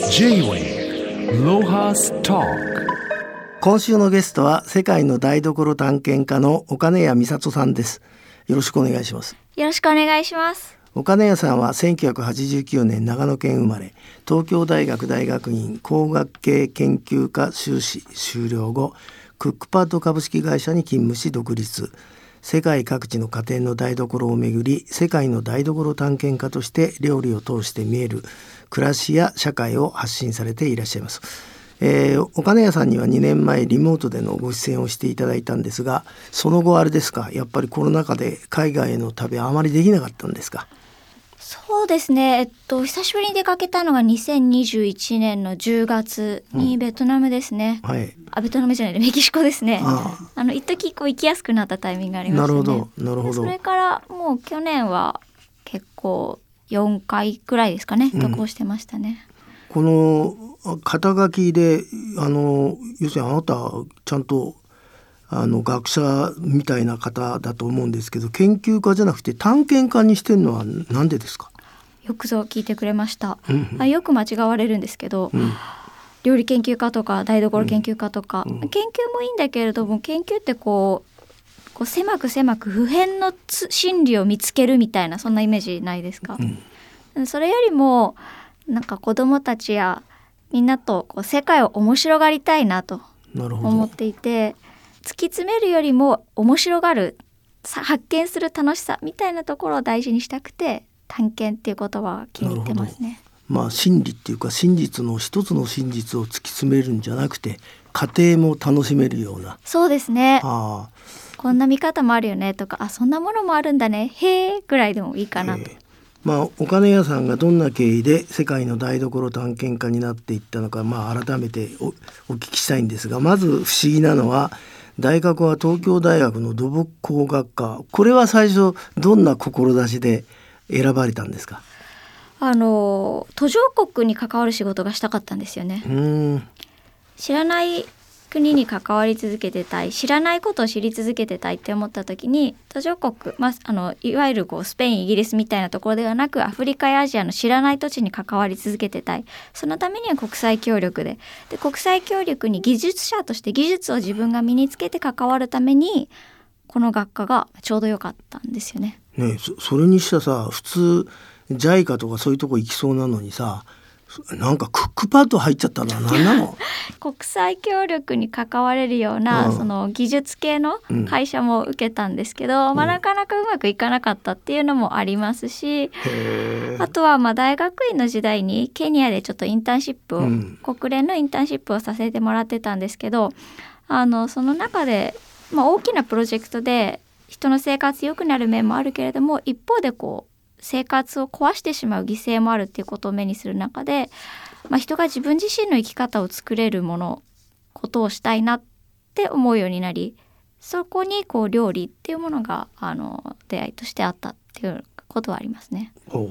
J-Wave Lohas Talk。 今週のゲストは世界の台所探検家の岡根谷美里さんです。よろしくお願いします。 よろしくお願いします。 岡根谷さんは1989年長野県生まれ、東京大学大学院工学系研究科修士修了後、クックパッド株式会社に勤務し独立。世界各地の家庭の台所をめぐり、世界の台所探検家として料理を通して見える暮らしや社会を発信されていらっしゃいます。岡根谷さんには2年前リモートでのご出演をしていただいたんですが、その後あれですか、やっぱりコロナ禍で海外への旅はあまりできなかったんですか？ そうですね、久しぶりに出かけたのが2021年の10月にベトナムですね、 はい、 ベトナムじゃないメキシコですね。一時行きやすくなったタイミングがありましたね。 なるほど。 それからもう去年は結構4回くらいですかね、渡航してましたね。 この肩書きで要するにあなたちゃんと学者みたいな方だと思うんですけど、研究家じゃなくて探検家にしてるのはなんでですか？ よくぞ聞いてくれました。よく間違われるんですけど、料理研究家とか台所研究家とか、研究もいいんだけれども、研究ってこう狭く普遍の真理を見つけるみたいな、そんなイメージないですか？それよりもなんか子どもたちやみんなと世界を面白がりたいなと思っていて、突き詰めるよりも面白がる、発見する楽しさみたいなところを大事にしたくて、探検っていう言葉は気に入ってますね。 真理っていうか、真実の一つの真実を突き詰めるんじゃなくて、過程も楽しめるような。 そうですね。こんな見方もあるよねとか、そんなものもあるんだね、へーぐらいでもいいかなと。 岡根谷さんがどんな経緯で世界の台所探検家になっていったのか、改めてお聞きしたいんですが、まず不思議なのは、大学は東京大学の土木工学科。これは最初どんな志で選ばれたんですか？ 途上国に関わる仕事がしたかったんですよね。知らない国に関わり続けてたい、知らないことを知り続けてたいって思った時に、途上国、いわゆるスペインイギリスみたいなところではなく、アフリカやアジアの知らない土地に関わり続けてたい。そのためには国際協力で国際協力に技術者として技術を自分が身につけて関わるために、この学科がちょうど良かったんですよね。 それにしたさ、普通 JICA とかそういうとこ行きそうなのにさ、なんかクックパッド入っちゃったのは何なの？ 国際協力に関われるような、その技術系の会社も受けたんですけど、なかなかうまくいかなかったっていうのもありますし、あとは大学院の時代にケニアでちょっとインターンシップを、国連のインターンシップをさせてもらってたんですけど、その中で、大きなプロジェクトで人の生活良くなる面もあるけれども、一方で生活を壊してしまう犠牲もあるっていうことを目にする中で、人が自分自身の生き方を作れることをしたいなって思うようになり、そこに料理っていうものが出会いとしてあったっていうことはありますね。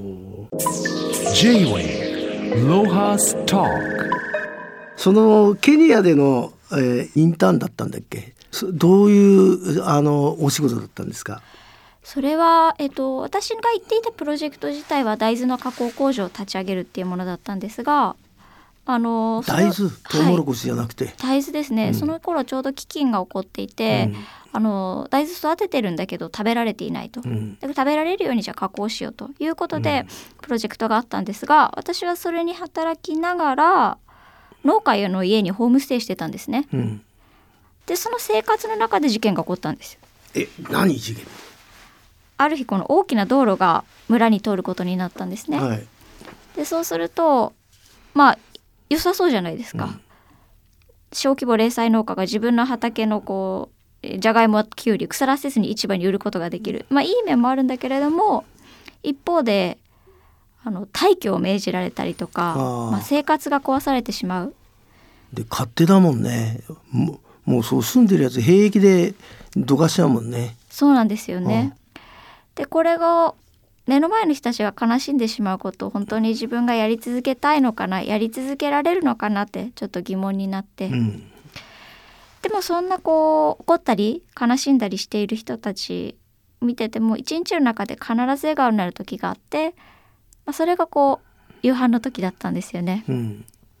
J-Wave Lohas Talk。 そのケニアでの、インターンだったんだっけ？どういうお仕事だったんですか？ それは、私が言っていたプロジェクト自体は大豆の加工工場を立ち上げるっていうものだったんですが、 大豆トウモロコシじゃなくて、 大豆ですね。その頃ちょうど飢饉が起こっていて、大豆育ててるんだけど食べられていないと、だから食べられるようにじゃあ加工しようということで、プロジェクトがあったんですが、私はそれに働きながら農家の家にホームステイしてたんですね。でその生活の中で事件が起こったんですよ。 何事件？ ある日この大きな道路が村に通ることになったんですね。でそうすると良さそうじゃないですか。小規模零細農家が自分の畑のじゃがいもきゅうり腐らせずに市場に売ることができる、いい面もあるんだけれども、一方で退去を命じられたりとか、生活が壊されてしまう。 で勝手だもんね。もうそう住んでるやつ平気でどかしちゃうもんね。 そうなんですよね。でこれが目の前の人たちが悲しんでしまうことを本当に自分がやり続けたいのかな、やり続けられるのかなってちょっと疑問になって、でもそんな怒ったり悲しんだりしている人たち見てても、一日の中で必ず笑顔になる時があって、それが夕飯の時だったんですよね。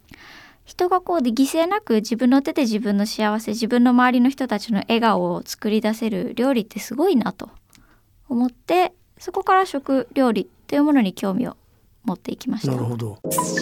人がこうで犠牲なく自分の手で自分の幸せ、自分の周りの人たちの笑顔を作り出せる料理ってすごいなと思って、そこから食料理というものに興味を持っていきました。 なるほど。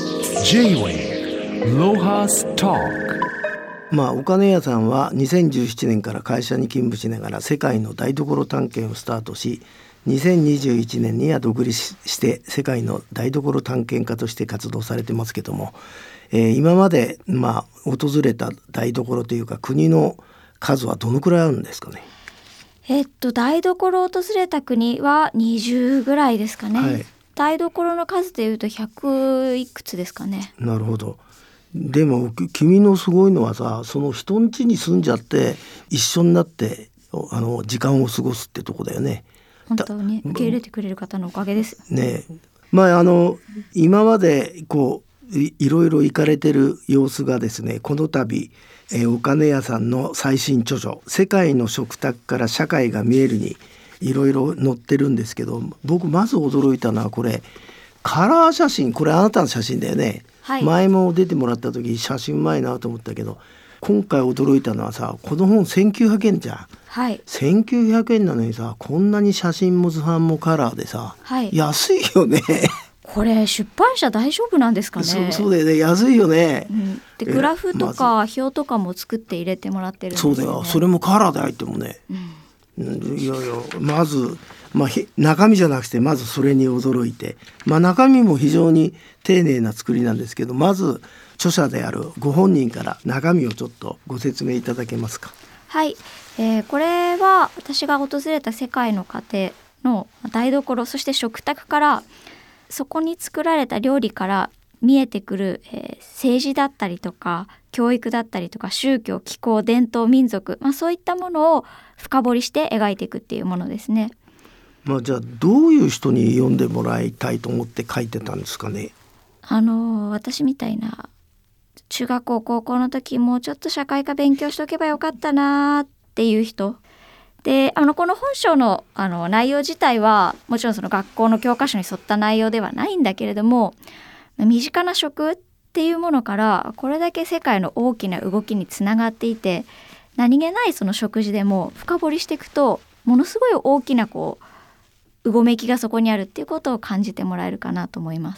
J-Way Lohas Talk。 お金屋さんは2017年から会社に勤務しながら世界の台所探検をスタートし、2021年には独立して世界の台所探検家として活動されてますけども、今まで訪れた台所というか国の数はどのくらいあるんですかね。 台所を訪れた国は20ぐらいですかね、 はい、 台所の数でいうと100いくつですかね。 なるほど。でも君のすごいのはさ、その人ん家に住んじゃって一緒になって時間を過ごすってとこだよね。 本当に受け入れてくれる方のおかげですね。今までいろいろ行かれてる様子がですね、この度お金屋さんの最新著書「世界の食卓から社会が見える」にいろいろ載ってるんですけど、僕まず驚いたのはこれカラー写真。これあなたの写真だよね、はい、前も出てもらった時写真うまいなと思ったけど、今回驚いたのはさ、この本1900円じゃん、はい、1900円なのにさ、こんなに写真も図版もカラーでさ、はい、安いよね。 これ出版社大丈夫なんですかね。 そうだよね、安いよね、 でグラフとか表とかも作って入れてもらってるんですよね。 そうだよ、それもカラーで入ってもね、いやまず、中身じゃなくてまずそれに驚いて、中身も非常に丁寧な作りなんですけど、まず著者であるご本人から中身をちょっとご説明いただけますか。 はい、これは私が訪れた世界の家庭の台所、そして食卓から、そこに作られた料理から見えてくる、政治だったりとか教育だったりとか宗教、気候、伝統、民族、そういったものを深掘りして描いていくっていうものですね。 じゃあどういう人に読んでもらいたいと思って書いてたんですかね。 私みたいな中学校高校の時もうちょっと社会科勉強しとけばよかったなっていう人で、この本書の、内容自体はもちろんその学校の教科書に沿った内容ではないんだけれども、身近な食っていうものからこれだけ世界の大きな動きにつながっていて、何気ないその食事でも深掘りしていくとものすごい大きなうごめきがそこにあるっていうことを感じてもらえるかなと思います。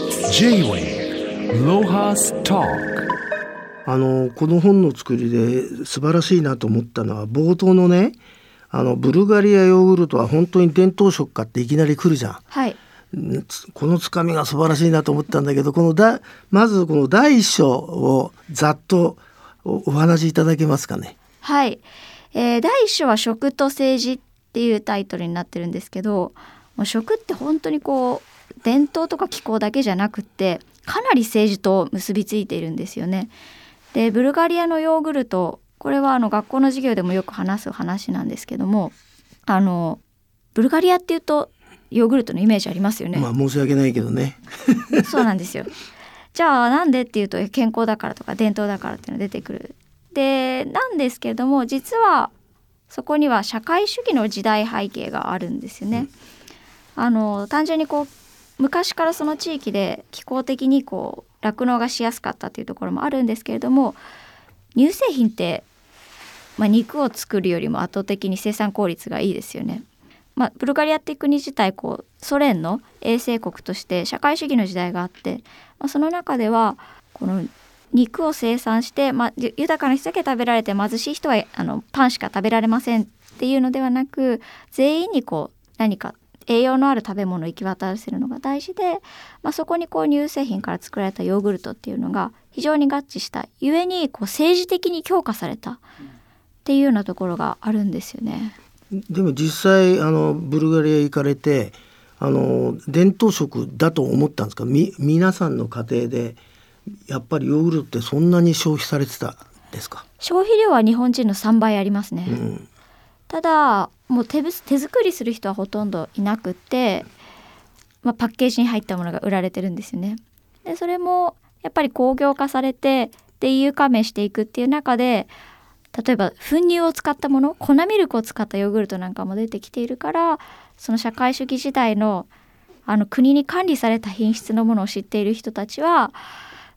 J-Way Lohas Talk。 この本の作りで素晴らしいなと思ったのは冒頭のね、ブルガリアヨーグルトは本当に伝統食かっていきなり来るじゃん、はい、このつかみが素晴らしいなと思ったんだけど、まずこの第一章をざっとお話しいただけますかね。 はい、第一章は食と政治っていうタイトルになってるんですけど、もう食って本当に伝統とか気候だけじゃなくってかなり政治と結びついているんですよね。でブルガリアのヨーグルト、これは学校の授業でもよく話す話なんですけども、ブルガリアっていうとヨーグルトのイメージありますよね。 申し訳ないけどね。 そうなんですよ。じゃあなんでっていうと健康だからとか伝統だからっていうのが出てくる。でなんですけれども、実はそこには社会主義の時代背景があるんですよね。単純に昔からその地域で気候的に酪農がしやすかったというところもあるんですけれども、乳製品って、肉を作るよりも圧倒的に生産効率がいいですよね。ブルガリアっていう国自体ソ連の衛星国として社会主義の時代があって、その中ではこの肉を生産して、豊かな人だけ食べられて貧しい人はパンしか食べられませんっていうのではなく、全員に何か栄養のある食べ物を行き渡らせるのが大事で、そこに乳製品から作られたヨーグルトっていうのが非常に合致したゆえに政治的に強化されたっていうようなところがあるんですよね。 でも実際ブルガリア行かれて伝統食だと思ったんですか。皆さんの家庭でやっぱりヨーグルトってそんなに消費されてたんですか。 消費量は日本人の3倍ありますね、ただもう手作りする人はほとんどいなくって、パッケージに入ったものが売られてるんですよね。でそれもやっぱり工業化されてで EU 加盟していくっていう中で、例えば粉乳を使ったもの、粉ミルクを使ったヨーグルトなんかも出てきているから、その社会主義時代の国に管理された品質のものを知っている人たちは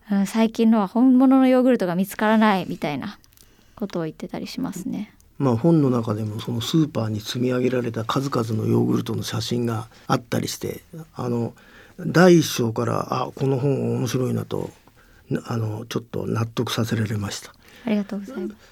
最近のは本物のヨーグルトが見つからないみたいなことを言ってたりしますね。 本の中でもそのスーパーに積み上げられた数々のヨーグルトの写真があったりして、第一章からこの本面白いなとちょっと納得させられました。 ありがとうございます。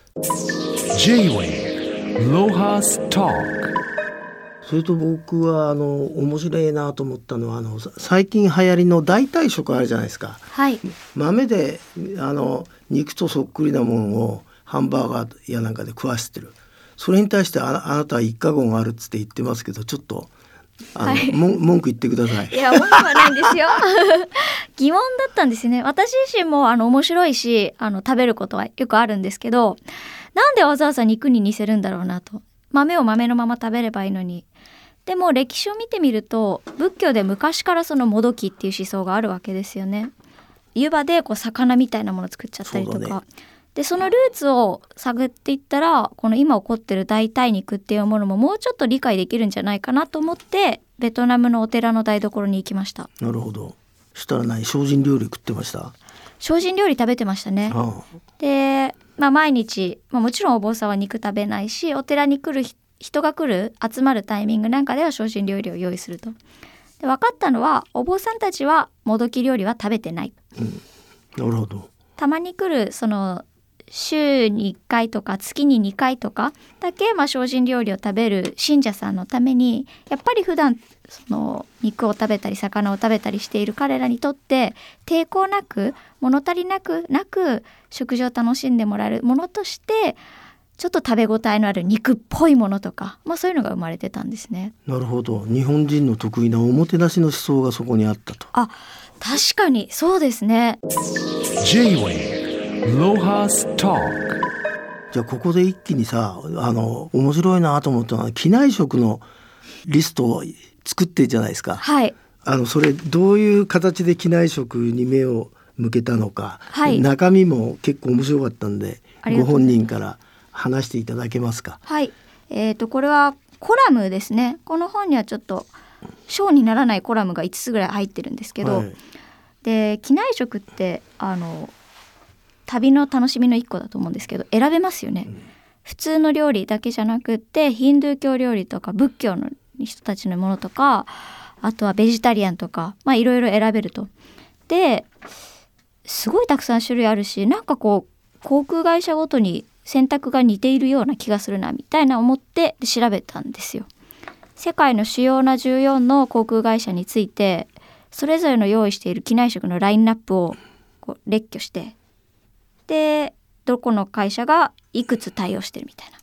J-Way ロハストーク。 それと僕は面白いなと思ったのは最近流行りの代替食あるじゃないですか。 はい。 豆で肉とそっくりなものをハンバーガーやなんかで食わせてる。それに対してあなたは一過言があるっつって言ってますけど、ちょっとはい、文句言ってください。 いや、文句はないんですよ疑問だったんですね。私自身も面白いし食べることはよくあるんですけど、なんでわざわざ肉に似せるんだろうなと。豆を豆のまま食べればいいのに。でも歴史を見てみると、仏教で昔からそのもどきっていう思想があるわけですよね。湯葉で魚みたいなものを作っちゃったりとか、でそのルーツを探っていったら、この今起こってる代替肉っていうものももうちょっと理解できるんじゃないかなと思って、ベトナムのお寺の台所に行きました。 なるほど。したら精進料理食ってました？ 精進料理食べてましたね。で、毎日、もちろんお坊さんは肉食べないし、お寺に来る人が集まるタイミングなんかでは精進料理を用意すると。で分かったのは、お坊さんたちはもどき料理は食べてない、 なるほど。たまに来る週に1回とか月に2回とかだけ精進料理を食べる信者さんのために、やっぱり普段肉を食べたり魚を食べたりしている彼らにとって抵抗なく、物足りなく食事を楽しんでもらえるものとして、ちょっと食べ応えのある肉っぽいものとか、そういうのが生まれてたんですね。 なるほど。日本人の得意なおもてなしの思想がそこにあったと。 確かにそうですね。 J-Way ロハストーク。 じゃあここで一気に面白いなと思ったのは、機内食のリストを作ってるじゃないですか。 はい。 それどういう形で機内食に目を向けたのか、 はい、 中身も結構面白かったんで、ご本人から話していただけますか？ はい。これはコラムですね。この本にはちょっと章にならないコラムが5つぐらい入ってるんですけど、で機内食って旅の楽しみの一個だと思うんですけど、選べますよね。普通の料理だけじゃなくって、ヒンドゥー教料理とか仏教の人たちのものとか、あとはベジタリアンとか、いろいろ選べると。ですごいたくさん種類あるし、航空会社ごとに選択が似ているような気がするなみたいな思って調べたんですよ。世界の主要な14の航空会社について、それぞれの用意している機内食のラインナップを列挙して、でどこの会社がいくつ対応してるみたいな。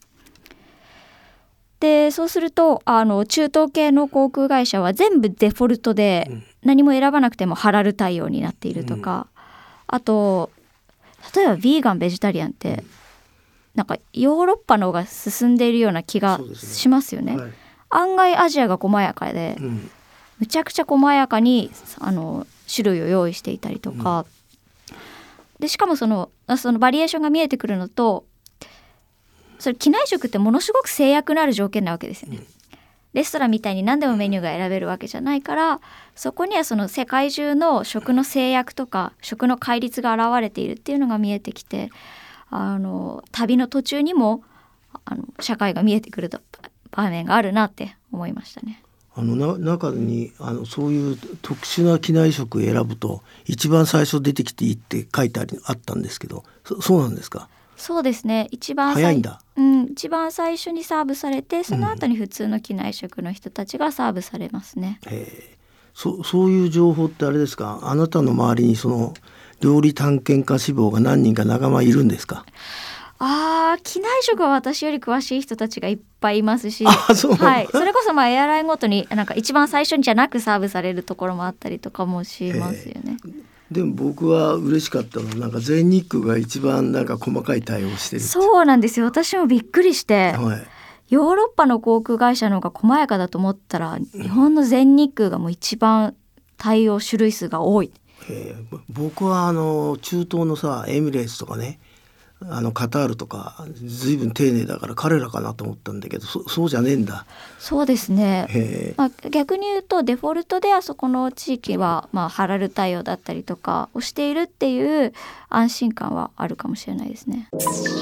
でそうすると中東系の航空会社は全部デフォルトで、何も選ばなくてもハラル対応になっているとか、あと例えばヴィーガンベジタリアンって、ヨーロッパの方が進んでいるような気がしますよね。はい、案外アジアが細やかで、むちゃくちゃ細やかに種類を用意していたりとか、でしかもそのバリエーションが見えてくるのと、それ機内食ってものすごく制約のある条件なわけですよね。レストランみたいに何でもメニューが選べるわけじゃないから、そこにはその世界中の食の制約とか食の戒律が現れているっていうのが見えてきて、旅の途中にも社会が見えてくる場面があるなって思いましたね。 中にそういう特殊な機内食を選ぶと一番最初出てきていいって書いてあったんですけど、そうなんですか？ そうですね。 早いんだ。 一番最初にサーブされて、その後に普通の機内食の人たちがサーブされますね。 そういう情報ってあれですか？あなたの周りに料理探検家志望が何人か仲間いるんですか？ 機内食は私より詳しい人たちがいっぱいいますし、 そう、 はい、それこそエアラインごとに一番最初にじゃなくサーブされるところもあったりとかもしますよね。 でも僕は嬉しかったのは全日空が一番細かい対応してるって。 そうなんですよ。私もびっくりして、ヨーロッパの航空会社の方が細やかだと思ったら、日本の全日空がもう一番対応種類数が多い。 僕は中東のエミレーツとかね、 カタールとか随分丁寧だから彼らかなと思ったんだけど、そうじゃねえんだ。 そうですね、逆に言うとデフォルトであそこの地域は、ハラル対応だったりとかをしているっていう安心感はあるかもしれないですね。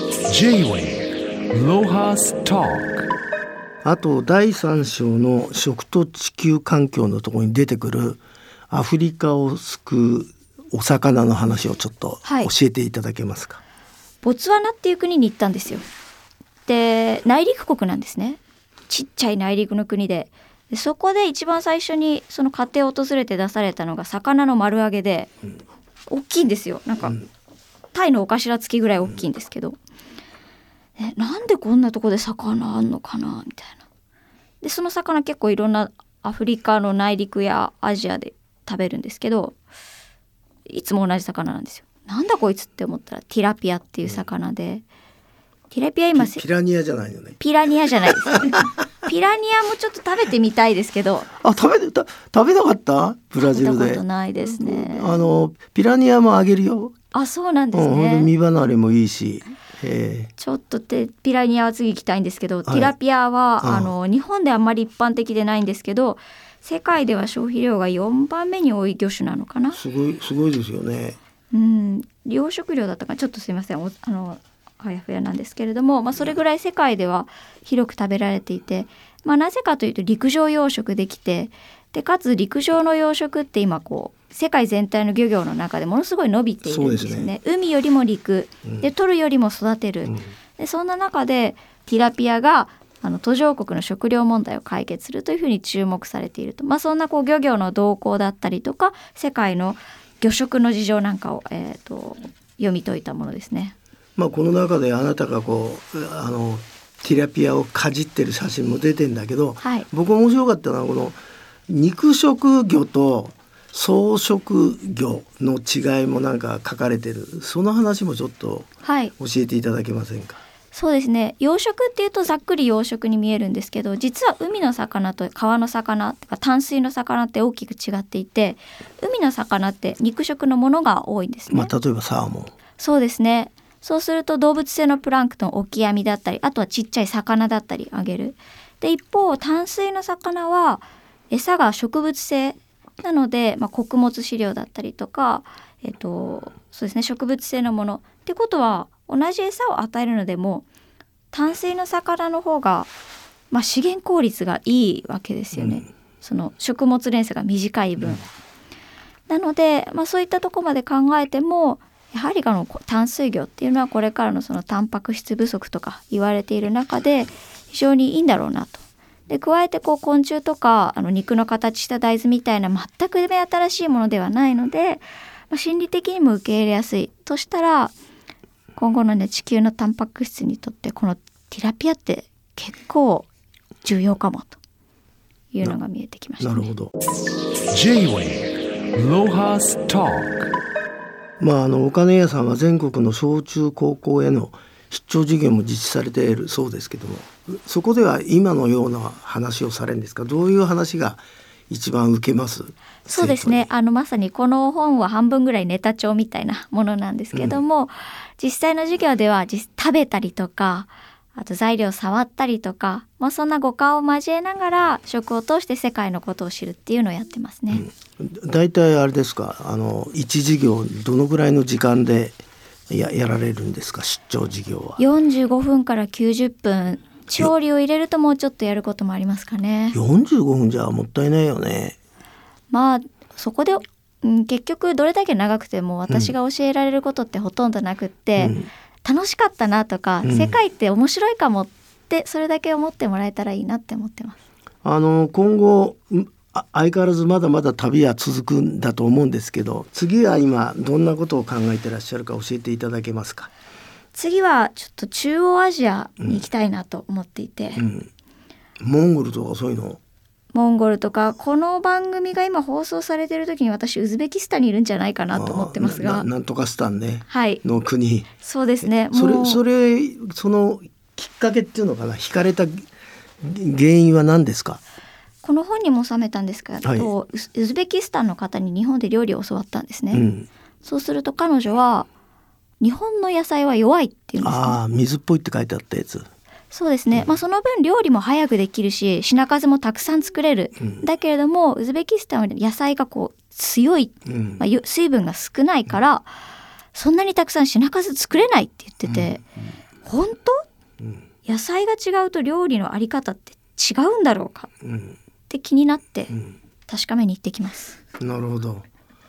J-Way ロハストーク。 あと第3章の食と地球環境のところに出てくるアフリカを救うお魚の話をちょっと教えていただけますか。 ボツワナっていう国に行ったんですよ。で、内陸国なんですね。ちっちゃい内陸の国で、そこで一番最初にその家庭を訪れて出されたのが魚の丸揚げで、大きいんですよ。なんか、タイのお頭付きぐらい大きいんですけど、なんでこんなとこで魚あんのかなみたいな。でその魚結構いろんなアフリカの内陸やアジアで食べるんですけど、いつも同じ魚なんですよ。なんだこいつって思ったらティラピアっていう魚で、ティラピア今ピラニアじゃないよね。 ピラニアじゃないですピラニアもちょっと食べてみたいですけど。 食べなかった？ブラジルで食べたことないですね。 ピラニアもあげるよ。 そうなんですね。 身離れもいいし、 ちょっとピラニアは次行きたいんですけど、ティラピアは日本であんまり一般的でないんですけど、世界では消費量が4番目に多い魚種なのかな。すごいですよね。 養殖量だったかちょっとすいません、あやふやなんですけれども、それぐらい世界では広く食べられていて、なぜかというと陸上養殖できて、でかつ陸上の養殖って今世界全体の漁業の中でものすごい伸びているんですよね。海よりも陸で取るよりも育てる、でそんな中でティラピアが途上国の食料問題を解決するというふうに注目されていると、そんな漁業の動向だったりとか世界の魚食の事情なんかを、読み解いたものですね。 この中であなたがティラピアをかじってる写真も出てんだけど、僕面白かったのはこの肉食魚と草食魚の違いもなんか書かれてる、その話もちょっと教えていただけませんか。 そうですね、養殖っていうとざっくり養殖に見えるんですけど、実は海の魚と川の魚とか淡水の魚って大きく違っていて、海の魚って肉食のものが多いんですね。 例えばサーモン。 そうですね。そうすると動物性のプランクトン、オキアミだったり、あとはちっちゃい魚だったりあげる。で一方淡水の魚は餌が植物性なので、穀物飼料だったりとか、そうですね、植物性のものってことは同じ餌を与えるのでも淡水の魚の方が、資源効率がいいわけですよね、その食物連鎖が短い分、なので、そういったところまで考えてもやはり淡水魚っていうのはこれからのそのタンパク質不足とか言われている中で非常にいいんだろうなと。で加えて昆虫とか肉の形した大豆みたいな全く目新しいものではないので、心理的にも受け入れやすいとしたら、今後の地球のタンパク質にとってこのティラピアって結構重要かもというのが見えてきましたね。 なるほど。 J-Way ロハストーク。 お金屋さんは全国の小中高校への出張授業も実施されているそうですけども、そこでは今のような話をされるんですか。どういう話が一番受けます？ そうですね、まさにこの本は半分ぐらいネタ帳みたいなものなんですけども、実際の授業では食べたりとか、あと材料を触ったりとか、そんな五感を交えながら食を通して世界のことを知るっていうのをやってますね。 だいたいあれですか、一授業どのぐらいの時間でやられるんですか、出張授業は。 45分から90分、調理を入れるともうちょっとやることもありますかね。 45分じゃもったいないよね。 そこで、結局どれだけ長くても私が教えられることってほとんどなくって、楽しかったなとか、世界って面白いかもってそれだけ思ってもらえたらいいなって思ってます。 今後相変わらずまだまだ旅は続くんだと思うんですけど、次は今どんなことを考えてらっしゃるか教えていただけますか。 次はちょっと中央アジアに行きたいなと思っていて、 モンゴルとかそういうの。 モンゴルとか、この番組が今放送されている時に私ウズベキスタンにいるんじゃないかなと思ってますが、 なんとかスタンね、の国。 そうですね。 そのきっかけっていうのかな、惹かれた原因は何ですか。 この本にも収めたんですけど、ウズベキスタンの方に日本で料理を教わったんですね。そうすると彼女は日本の野菜は弱いっていうんですね。 水っぽいって書いてあったやつ。 そうですね、その分料理も早くできるし品数もたくさん作れる、だけれどもウズベキスタンは野菜がこう強い、水分が少ないからそんなにたくさん品数作れないって言ってて、本当、野菜が違うと料理のあり方って違うんだろうかって気になって確かめに行ってきます。 なるほど。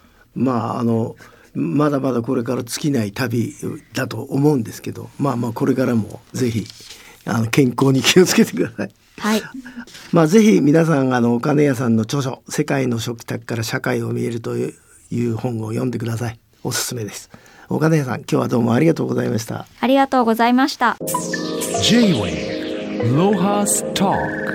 まだまだこれから尽きない旅だと思うんですけど、これからもぜひ健康に気をつけてください。 はい。 ぜひ皆さんお金屋さんの著書世界の食卓から社会を見えるという本を読んでください。おすすめです。お金屋さん、今日はどうもありがとうございました。 ありがとうございました。 J-Way ロハストーク